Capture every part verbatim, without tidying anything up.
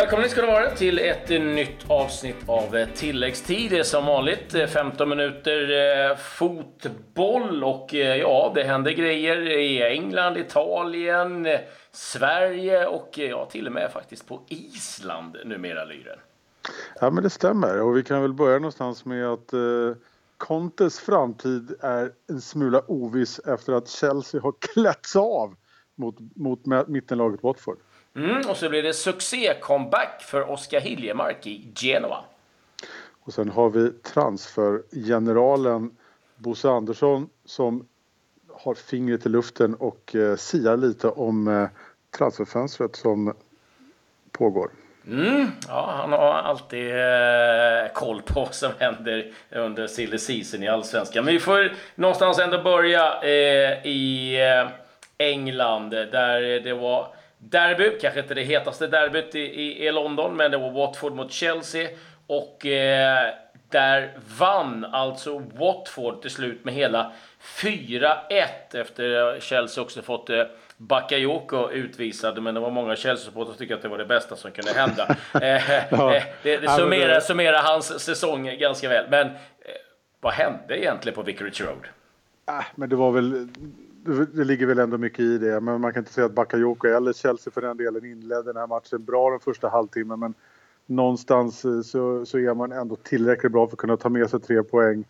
Välkommen ska det vara till ett nytt avsnitt av tilläggstid. Det är som vanligt femton minuter fotboll och ja, det händer grejer i England, Italien, Sverige och ja, till och med faktiskt på Island numera, Lyren. Ja, men det stämmer, och vi kan väl börja någonstans med att eh, Contes framtid är en smula oviss efter att Chelsea har klätts av mot, mot mittenlaget Watford. Mm, och så blir det succé-comeback för Oskar Hiljemark i Genoa. Och sen har vi transfergeneralen Bosse Andersson som har fingret i luften och eh, siar lite om eh, transferfönstret som pågår. Mm, ja, han har alltid eh, koll på vad som händer under silly season i Allsvenskan. Men vi får någonstans ändå börja eh, i eh, England där det var derby, kanske inte det hetaste derbyt i, i, i London, men det var Watford mot Chelsea och eh, där vann alltså Watford till slut med hela fyra ett efter Chelsea också fått eh, Bakayoko utvisad, men det var många Chelsea-supportrar som tyckte att det var det bästa som kunde hända. eh, eh, det det summerar, summerar hans säsong ganska väl, men eh, vad hände egentligen på Vicarage Road? Äh, men det var väl... Det ligger väl ändå mycket i det, men man kan inte säga att Bakayoko eller Chelsea för den delen inledde den här matchen bra den första halvtimmen, men någonstans så, så är man ändå tillräckligt bra för att kunna ta med sig tre poäng,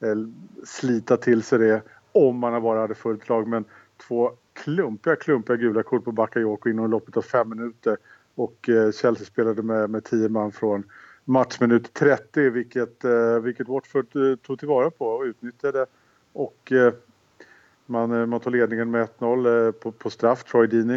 slita till sig det om man bara hade fullt lag, men två klumpiga, klumpiga gula kort på Bakayoko inom loppet av fem minuter och Chelsea spelade med, med tio man från matchminut trettio, vilket, vilket Watford tog tillvara på och utnyttjade och Man, man tog ledningen med ett noll på, på straff, Troy Deeney.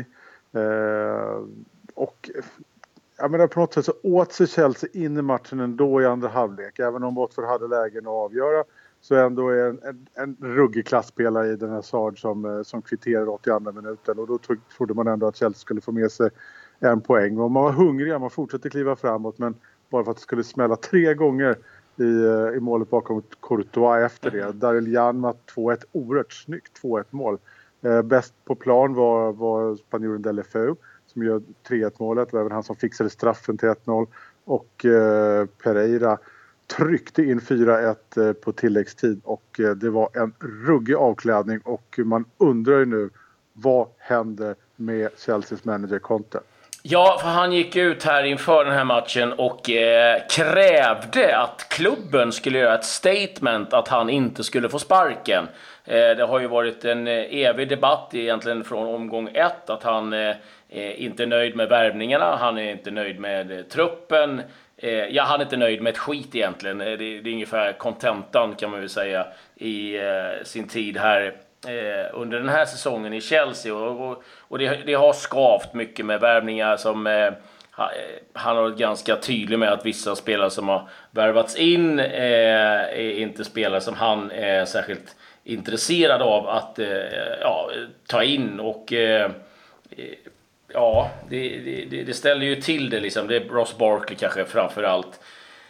Eh, och jag menar, på något sätt så åt sig Chelsea in i matchen ändå i andra halvlek. Även om Watford hade lägen att avgöra så ändå är en, en, en ruggig klassspelare i den här Sard som, som kvitterar åttioandra minuten. Och då tog, trodde man ändå att Chelsea skulle få med sig en poäng. Och man var hungrig, man fortsatte kliva framåt, men bara för att det skulle smälla tre gånger I, i målet bakom Courtois efter det. Daryl Janma två ett, oerhört snyggt två ett mål. Eh, bäst på plan var, var spanjoren Delefeu som gör tre ett målet. Det var även han som fixade straffen till ett noll. Och eh, Pereira tryckte in fyra ett eh, på tilläggstid. Och eh, det var en ruggig avklädning. Och man undrar ju nu, vad händer med Chelseas manager Conte? Ja, för han gick ut här inför den här matchen och eh, krävde att klubben skulle göra ett statement att han inte skulle få sparken. Eh, det har ju varit en eh, evig debatt egentligen från omgång ett att han eh, inte är nöjd med värvningarna, han är inte nöjd med eh, truppen. Eh, ja, han är inte nöjd med ett skit egentligen. Det, det är ungefär kontentan kan man väl säga i eh, sin tid här. Eh, under den här säsongen i Chelsea och, och, och det, det har skavt mycket med värvningar som eh, ha, han har varit ganska tydlig med att vissa spelare som har värvats in eh, är inte spelare som han är särskilt intresserad av att eh, ja, ta in och eh, ja, det, det, det ställer ju till det liksom. Det är Ross Barkley kanske framför allt.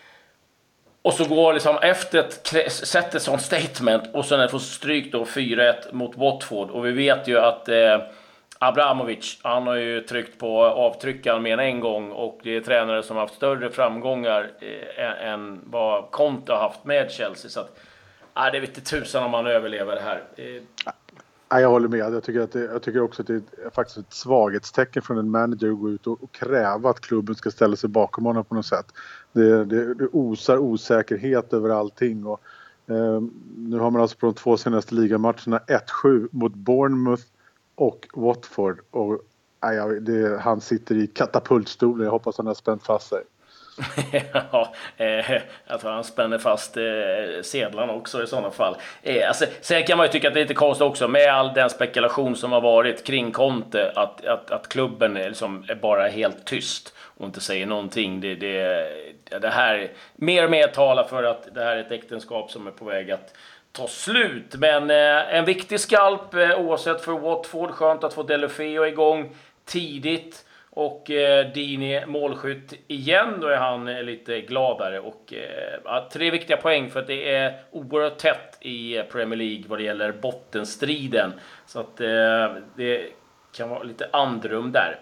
Och så går liksom efter ett sätter sånt statement och sen får stryk då fyra ett mot Watford. Och vi vet ju att eh, Abramovic, han har ju tryckt på avtryckaren mer än en gång. Och det är tränare som har haft större framgångar eh, än vad Conte har haft med Chelsea. Så att, eh, det är inte tusan om man överlever det här. Eh. Ja, jag håller med. Jag tycker, att det, jag tycker också att det är faktiskt ett svaghetstecken från en manager att gå ut och, och kräva att klubben ska ställa sig bakom honom på något sätt. Det, det, det osar osäkerhet över allting. Och, eh, nu har man alltså på de två senaste ligamatcherna ett sju mot Bournemouth och Watford. Och, ja, det, han sitter i katapultstolen. Jag hoppas han har spänt fast sig. Ja, eh, jag tror han spänner fast eh, sedlarna också i sådana fall. Eh, alltså, sen kan man ju tycka att det är lite konstigt också med all den spekulation som har varit kring Conte att, att, att klubben är, liksom, är bara helt tyst och inte säger någonting. Det, det, det här mer och mer talar för att det här är ett äktenskap som är på väg att ta slut. Men eh, en viktig skalp eh, oavsett för Watford. Skönt att få Delefeu igång tidigt. Och eh, Deeney målskytt igen, då är han eh, lite gladare. Och eh, tre viktiga poäng för att det är oerhört tätt i Premier League vad det gäller bottenstriden. Så att eh, det kan vara lite andrum där.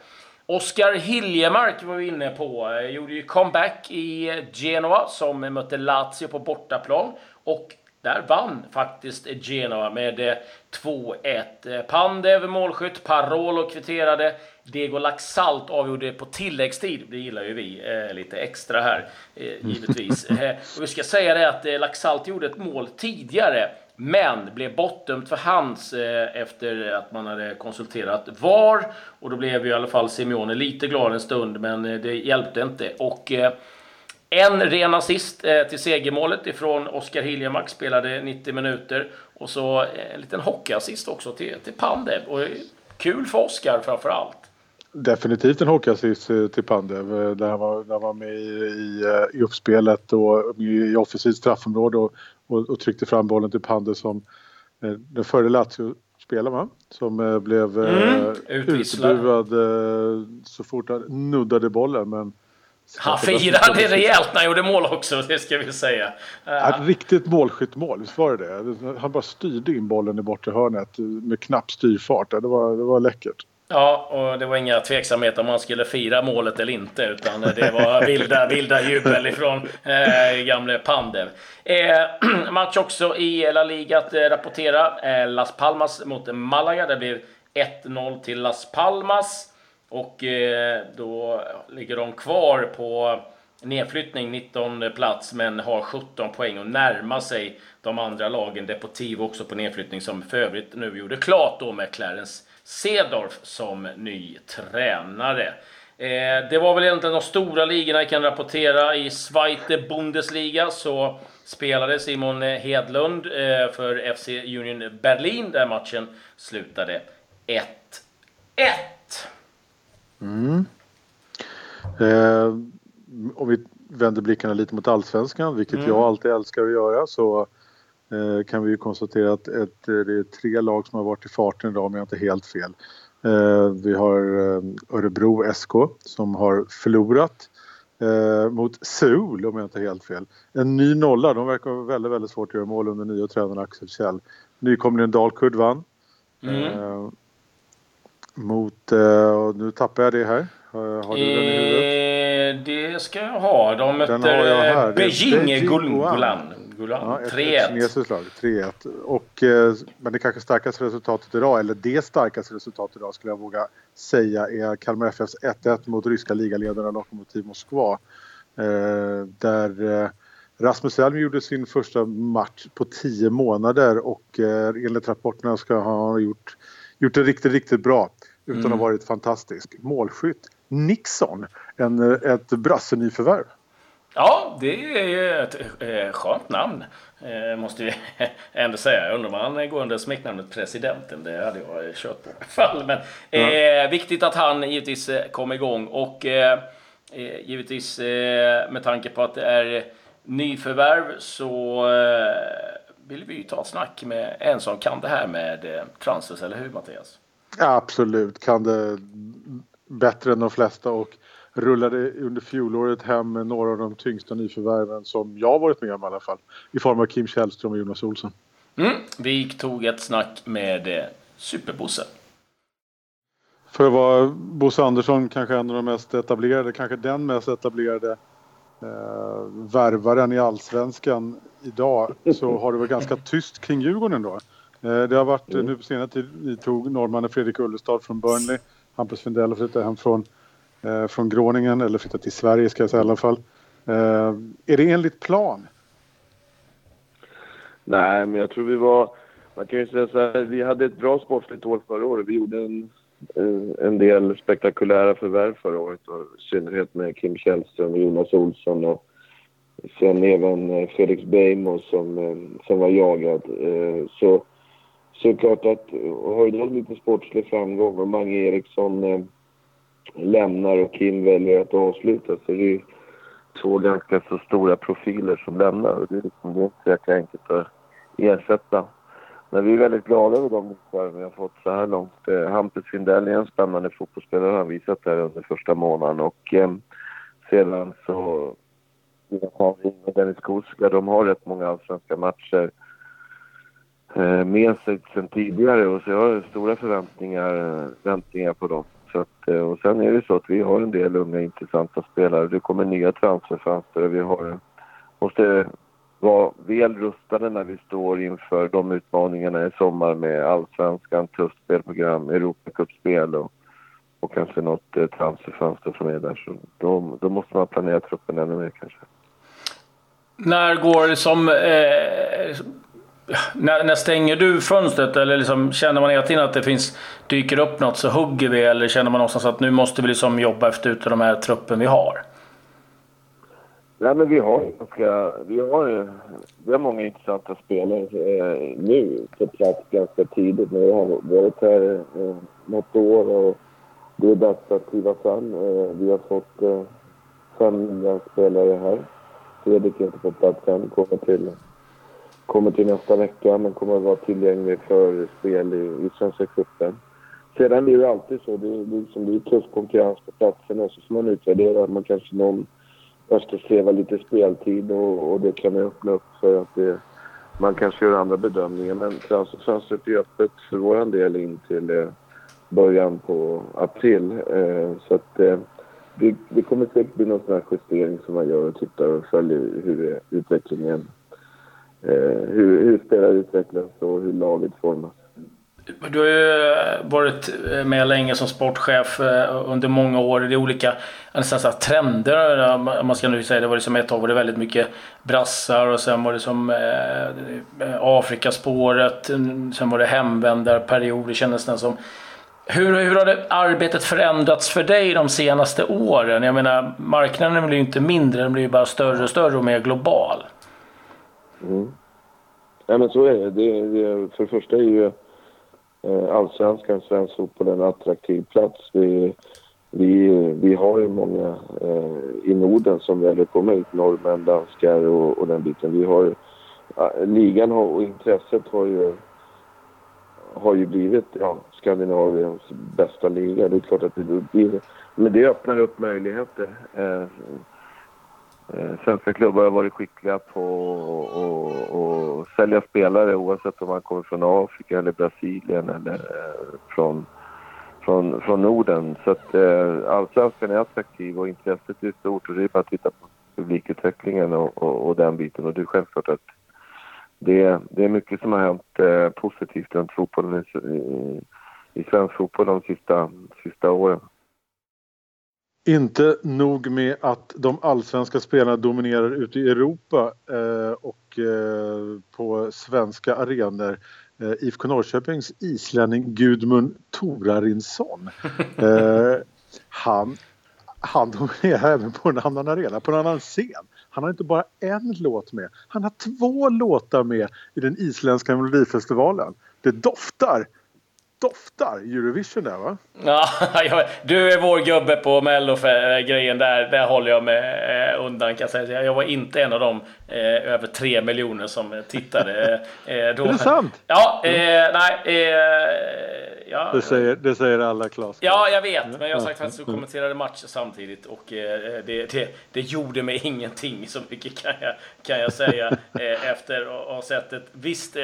Oskar Hiljemark var vi inne på. Gjorde ju comeback i Genoa som mötte Lazio på bortaplan. Och där vann faktiskt Genoa med två ett. Pandev målskytt, Parolo kvitterade. Diego Laxalt avgjorde på tilläggstid. Det gillar ju vi eh, lite extra här, eh, givetvis. Eh, och vi ska säga det att eh, Laxalt gjorde ett mål tidigare. Men blev bortdömt för hands eh, efter att man hade konsulterat V A R. Och då blev ju i alla fall Simeone lite glad en stund, men eh, det hjälpte inte. Och eh, en ren assist eh, till segermålet ifrån Oskar Hiljemark, spelade nittio minuter. Och så eh, en liten hockeyassist också till, till Pandev. Och eh, kul för Oskar framför allt. Definitivt en hockeyassist till Pandev. Där han var, där han var med i, i, i uppspelet och i offensivt straffområde och, och, och tryckte fram bollen till Pandev som eh, den före Lazio-spelaren, va? Som eh, blev eh, mm, utbuad eh, så fort han nuddade bollen. Men han firade rejält när han gjorde mål också, det ska vi säga. Ett uh. riktigt målskyttmål, visst var det det? Han bara styrde in bollen i bortre hörnet med knapp styrfart. Det var, det var läckert. Ja, och det var inga tveksamheter om man skulle fira målet eller inte, utan det var vilda, vilda jubel ifrån eh, gamle Pandev. Eh, match också i La Liga att eh, rapportera. Eh, Las Palmas mot Malaga. Det blev ett noll till Las Palmas. Och eh, då ligger de kvar på nedflyttning nittonde plats, men har sjutton poäng och närmar sig de andra lagen. Deportivo också på nedflyttning, som för övrigt nu gjorde klart då med Clarence Seedorf som ny tränare. Eh, det var väl egentligen de stora ligorna jag kan rapportera. I Zweite Bundesliga så spelade Simon Hedlund eh, för F C Union Berlin, där matchen slutade ett ett. Mm. Eh, om vi vänder blickarna lite mot allsvenskan, vilket mm. jag alltid älskar att göra, så eh, kan vi ju konstatera att ett, det är tre lag som har varit i farten idag, om jag inte helt fel. Eh, vi har eh, Örebro S K som har förlorat eh, mot Seoul, om jag inte helt fel. En ny nolla, de verkar vara väldigt, väldigt svårt att göra mål under nya tränaren Axel Kjell. Nykomlingen Dalkurd vann. Mm. Eh, Mot, uh, nu tappar jag det här. Har, har du e- den i huvudet? Det ska jag ha. De möter Beijing Gulan. Ja, tre ett. Kinesiskt lag, tre ett. Och, uh, men det kanske starkaste resultatet idag, eller det starkaste resultatet idag skulle jag våga säga, är Kalmar F F:s ett ett mot ryska ligaledarna Lokomotiv Moskva. Uh, där uh, Rasmus Elm gjorde sin första match på tio månader och uh, enligt rapporterna ska ha gjort Gjort det riktigt, riktigt bra. Utan mm. att ha varit fantastisk. Målskytt Nixon. En, ett brassenyförvärv. Ja, det är ju ett eh, skönt namn. Eh, måste vi ändå säga. Jag undrar om han går under smeknamnet presidenten. Det hade jag kört på i alla fall. Men eh, ja. Viktigt att han givetvis kom igång. Och eh, givetvis eh, med tanke på att det är nyförvärv så... Eh, vill vi ju ta ett snack med en som kan det här med transfers, eller hur, Mattias? Ja, absolut, kan det bättre än de flesta och rullade under fjolåret hem med några av de tyngsta nyförvärven som jag varit med om i alla fall. I form av Kim Källström och Jonas Olsson. Mm, vi tog ett snack med Superbosse. För att vara Bosse Andersson kanske en av de mest etablerade, kanske den mest etablerade Eh, värvaren i allsvenskan idag, så har det varit ganska tyst kring Djurgården då. Eh, det har varit mm. nu på senare tid, vi tog norrmannen Fredrik Ullestad från Burnley, Hampus Findell flyttade hem från, eh, från Groningen, eller flyttade till Sverige ska jag säga i alla fall. Eh, är det enligt plan? Nej, men jag tror vi var, man kan ju säga så här, vi hade ett bra sportsligt år förra året. Vi gjorde en en del spektakulära förvärv förra året, och i synnerhet med Kim Källström och Jonas Olsson och sen även Felix Beijmo som, som var jagad. Så, så klart att har det lite sportslig framgång och Mange Eriksson lämnar och Kim väljer att avsluta, så det är två ganska så stora profiler som lämnar, och det är liksom det är inte så enkelt att ersätta. Men vi är väldigt glada över de vi har fått så här långt. Eh, Hampus Findell är en spännande fotbollsspelare, han har visat det under första månaden. Och eh, sedan så har vi med Dennis Koska, de har rätt många allsvenska matcher eh, med sig sedan tidigare. Och så jag har stora förväntningar, förväntningar på dem. Så att, och sen är det så att vi har en del unga intressanta spelare. Det kommer nya transferfönster och vi har, måste vara väl rustade när vi står inför de utmaningarna i sommar med allsvenskan, tufft spelprogram, Europacupspel och, och kanske något eh, transferfönster som är där. Så då, då måste man planera truppen ännu mer kanske. När går det som... Eh, när, när stänger du fönstret? Eller liksom, känner man hela tiden att det finns, dyker upp något så hugger vi? Eller känner man någonstans att nu måste vi liksom jobba efter ut de här truppen vi har? Nej, men vi har ganska, vi har, vi har många intressanta spelare eh, nu på plats ganska tidigt. Men vi har varit här eh, något år och det är dags att kliva fram. Eh, vi har fått eh, fem nya spelare här. Fredrik är inte på plats än, kommer till, kommer till nästa vecka men kommer att vara tillgänglig för spel i, i Svenska cupen. Sedan är det alltid så, det är, liksom, det är tuff konkurrens på platsen och så får man utvärdera. Man kanske någon först sträva lite speltid och, och det kan man öppna upp för att det, man kanske gör andra bedömningar. Men transferfönstret är öppet för vår del in till eh, början på april. Eh, så att eh, det, det kommer säkert bli någon sån här justering som man gör och tittar och följer hur utvecklingen, eh, hur, hur spelare utvecklas och hur laget formas. Du har ju varit med länge som sportchef under många år. Det är olika nästan så här trender. Man ska nu säga det var liksom ett tag var det väldigt mycket brassar och sen var det som eh, Afrikaspåret. Sen var det hemvändarperiod. Det kändes nästan som... Hur, hur har det arbetet förändrats för dig de senaste åren? Jag menar, marknaden blir ju inte mindre. Den blir ju bara större och större och mer global. Mm. Ja, men så är det. det, det för det första är ju allsvenskan, svensk fotboll, en attraktiv plats. Vi, vi, vi har ju många eh, i Norden som väljer komma ut, norrmän, danskar och, och den biten. Vi har eh, ligan har, och intresset har ju har ju blivit ja, Skandinaviens bästa liga. Det är klart att det blir, men det öppnar upp möjligheter. Eh, eh, svenska klubbar har varit skickliga på att sälja spelare oavsett om man kommer från Afrika eller Brasilien eller eh, från, från, från Norden. Så att eh, allsvenskan är attraktiv och intresset är stort och det är bara att titta på publikutvecklingen och, och, och den biten. Och det är självklart att det, det är mycket som har hänt eh, positivt runt fotbollen i, i, i svensk fotboll de sista, sista åren. Inte nog med att de allsvenska spelarna dominerar ute i Europa eh, och eh, på svenska arenor. Eh, I F K Norrköpings islänning Gudmund Thorarinsson. Eh, han, han dominerar även på en annan arena, på en annan scen. Han har inte bara en låt med, han har två låtar med i den isländska melodifestivalen. Det doftar. Doftar Eurovision där, va? Ja, du är vår gubbe på Mello-grejen där. Där håller jag med undan, kan jag säga. Jag var inte en av dem eh, över tre miljoner som tittade. Eh, då. Är det sant? Ja, eh, nej. Eh, ja. Det, säger, det säger alla, Claes. Ja, jag vet. Men jag har sagt faktiskt att du kommenterade matcher samtidigt. Och eh, det, det, det gjorde mig ingenting, så mycket kan jag, kan jag säga. eh, efter att ha sett ett visst eh,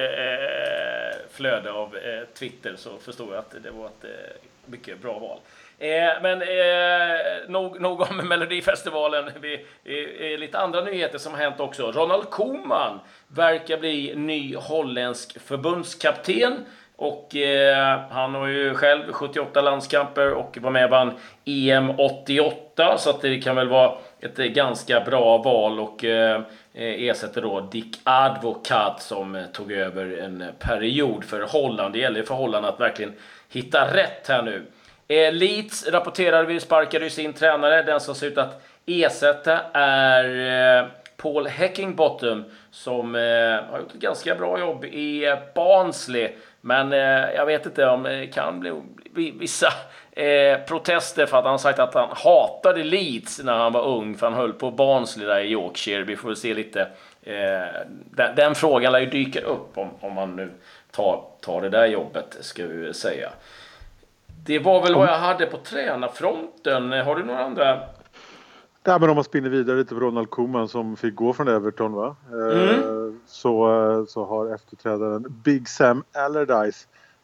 flöde av eh, Twitter så förstod jag att det var ett eh, mycket bra val. Eh, men eh, nog, nog om Melodifestivalen. Vi, eh, lite andra nyheter som har hänt också. Ronald Koeman verkar bli ny holländsk förbundskapten. Och eh, han har ju själv sjuttioåtta landskamper och var med och vann E M åttioåtta. Så att det kan väl vara ett ganska bra val. Och eh, ersätter då Dick Advocaat som tog över en period för Holland. Det gäller för Holland att verkligen hitta rätt här nu. Eh, Leeds rapporterar vi sparkade ju sin tränare. Den som ser ut att ersätta är eh, Paul Heckingbottom som eh, har gjort ett ganska bra jobb i eh, Barnsley. Men eh, jag vet inte om det kan bli vissa eh, protester för att han sagt att han hatade Leeds när han var ung. För han höll på Barnsley där i Yorkshire. Vi får väl se lite. Eh, den, den frågan lär ju dyka upp om, om man nu tar, tar det där jobbet, ska vi säga. Det var väl vad jag hade på tränarfronten. Har du några andra? Ja, men om man spinner vidare lite på Ronald Koeman som fick gå från Everton, va? Mm. Så, så har efterträdaren Big Sam Allardyce,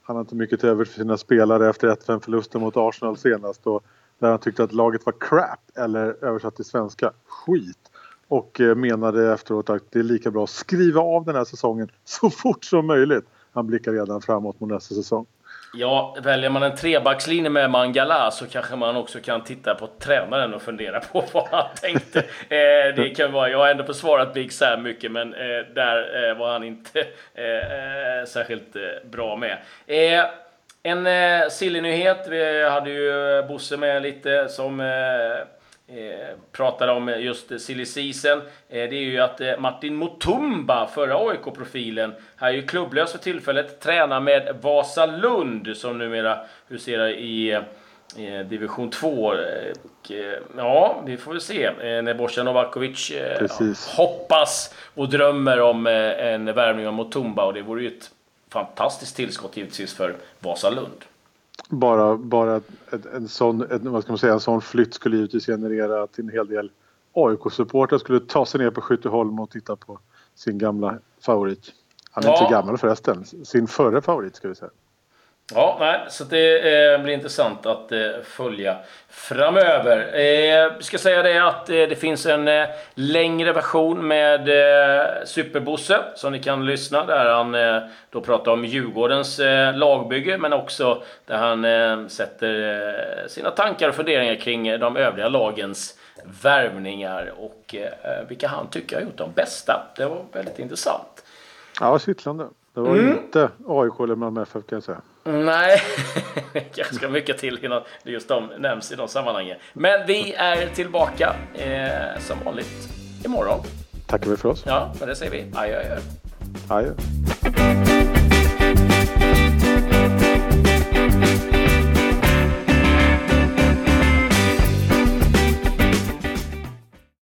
han har inte mycket till över för sina spelare efter ett fem förlusten mot Arsenal senast. Och där han tyckte att laget var crap, eller översatt till svenska, skit. Och menade efteråt att det är lika bra att skriva av den här säsongen så fort som möjligt. Han blickar redan framåt mot nästa säsong. Ja, väljer man en trebackslinje med Mangala så kanske man också kan titta på tränaren och fundera på vad han tänkte. eh, det kan vara, jag har ändå försvarat Big Sam mycket, men eh, där eh, var han inte eh, särskilt eh, bra med. Eh, en eh, silly nyhet, vi hade ju Bosse med lite som eh, Eh, pratade om just silly season. Eh, det är ju att eh, Martin Mutumba, förra A I K-profilen, här är ju klubblös för tillfället, tränar med Vasalund som numera huserar i eh, division två. Eh, och, eh, ja, vi får väl se eh, när Bojan Novakovic eh, ja, hoppas och drömmer om eh, en värvning av Mutumba, och det vore ju ett fantastiskt tillskott givetvis för Vasalund. Bara, bara ett, en, sån, ett, vad ska man säga, en sån flytt skulle givetvis generera att en hel del A I K-supportrar skulle ta sig ner på Skytteholm och titta på sin gamla favorit. Han är ja. inte så gammal förresten. Sin förra favorit ska vi säga. Ja, nej, så det eh, blir intressant att eh, följa framöver. Eh, vi ska säga det att eh, det finns en eh, längre version med eh, Superbosse som ni kan lyssna, där han eh, då pratar om Djurgårdens eh, lagbygge, men också där han eh, sätter eh, sina tankar och funderingar kring de övriga lagens värvningar och eh, vilka han tycker har gjort de bästa. Det var väldigt intressant. Ja, kittlande. Det var mm. inte A I K eller Malmö F F, kan jag säga. Nej, ganska mycket till innan just de nämns i de sammanhangen. Men vi är tillbaka eh, som vanligt imorgon. Tackar vi för oss. Ja, men det säger vi. Adjö, adjö. Adjö.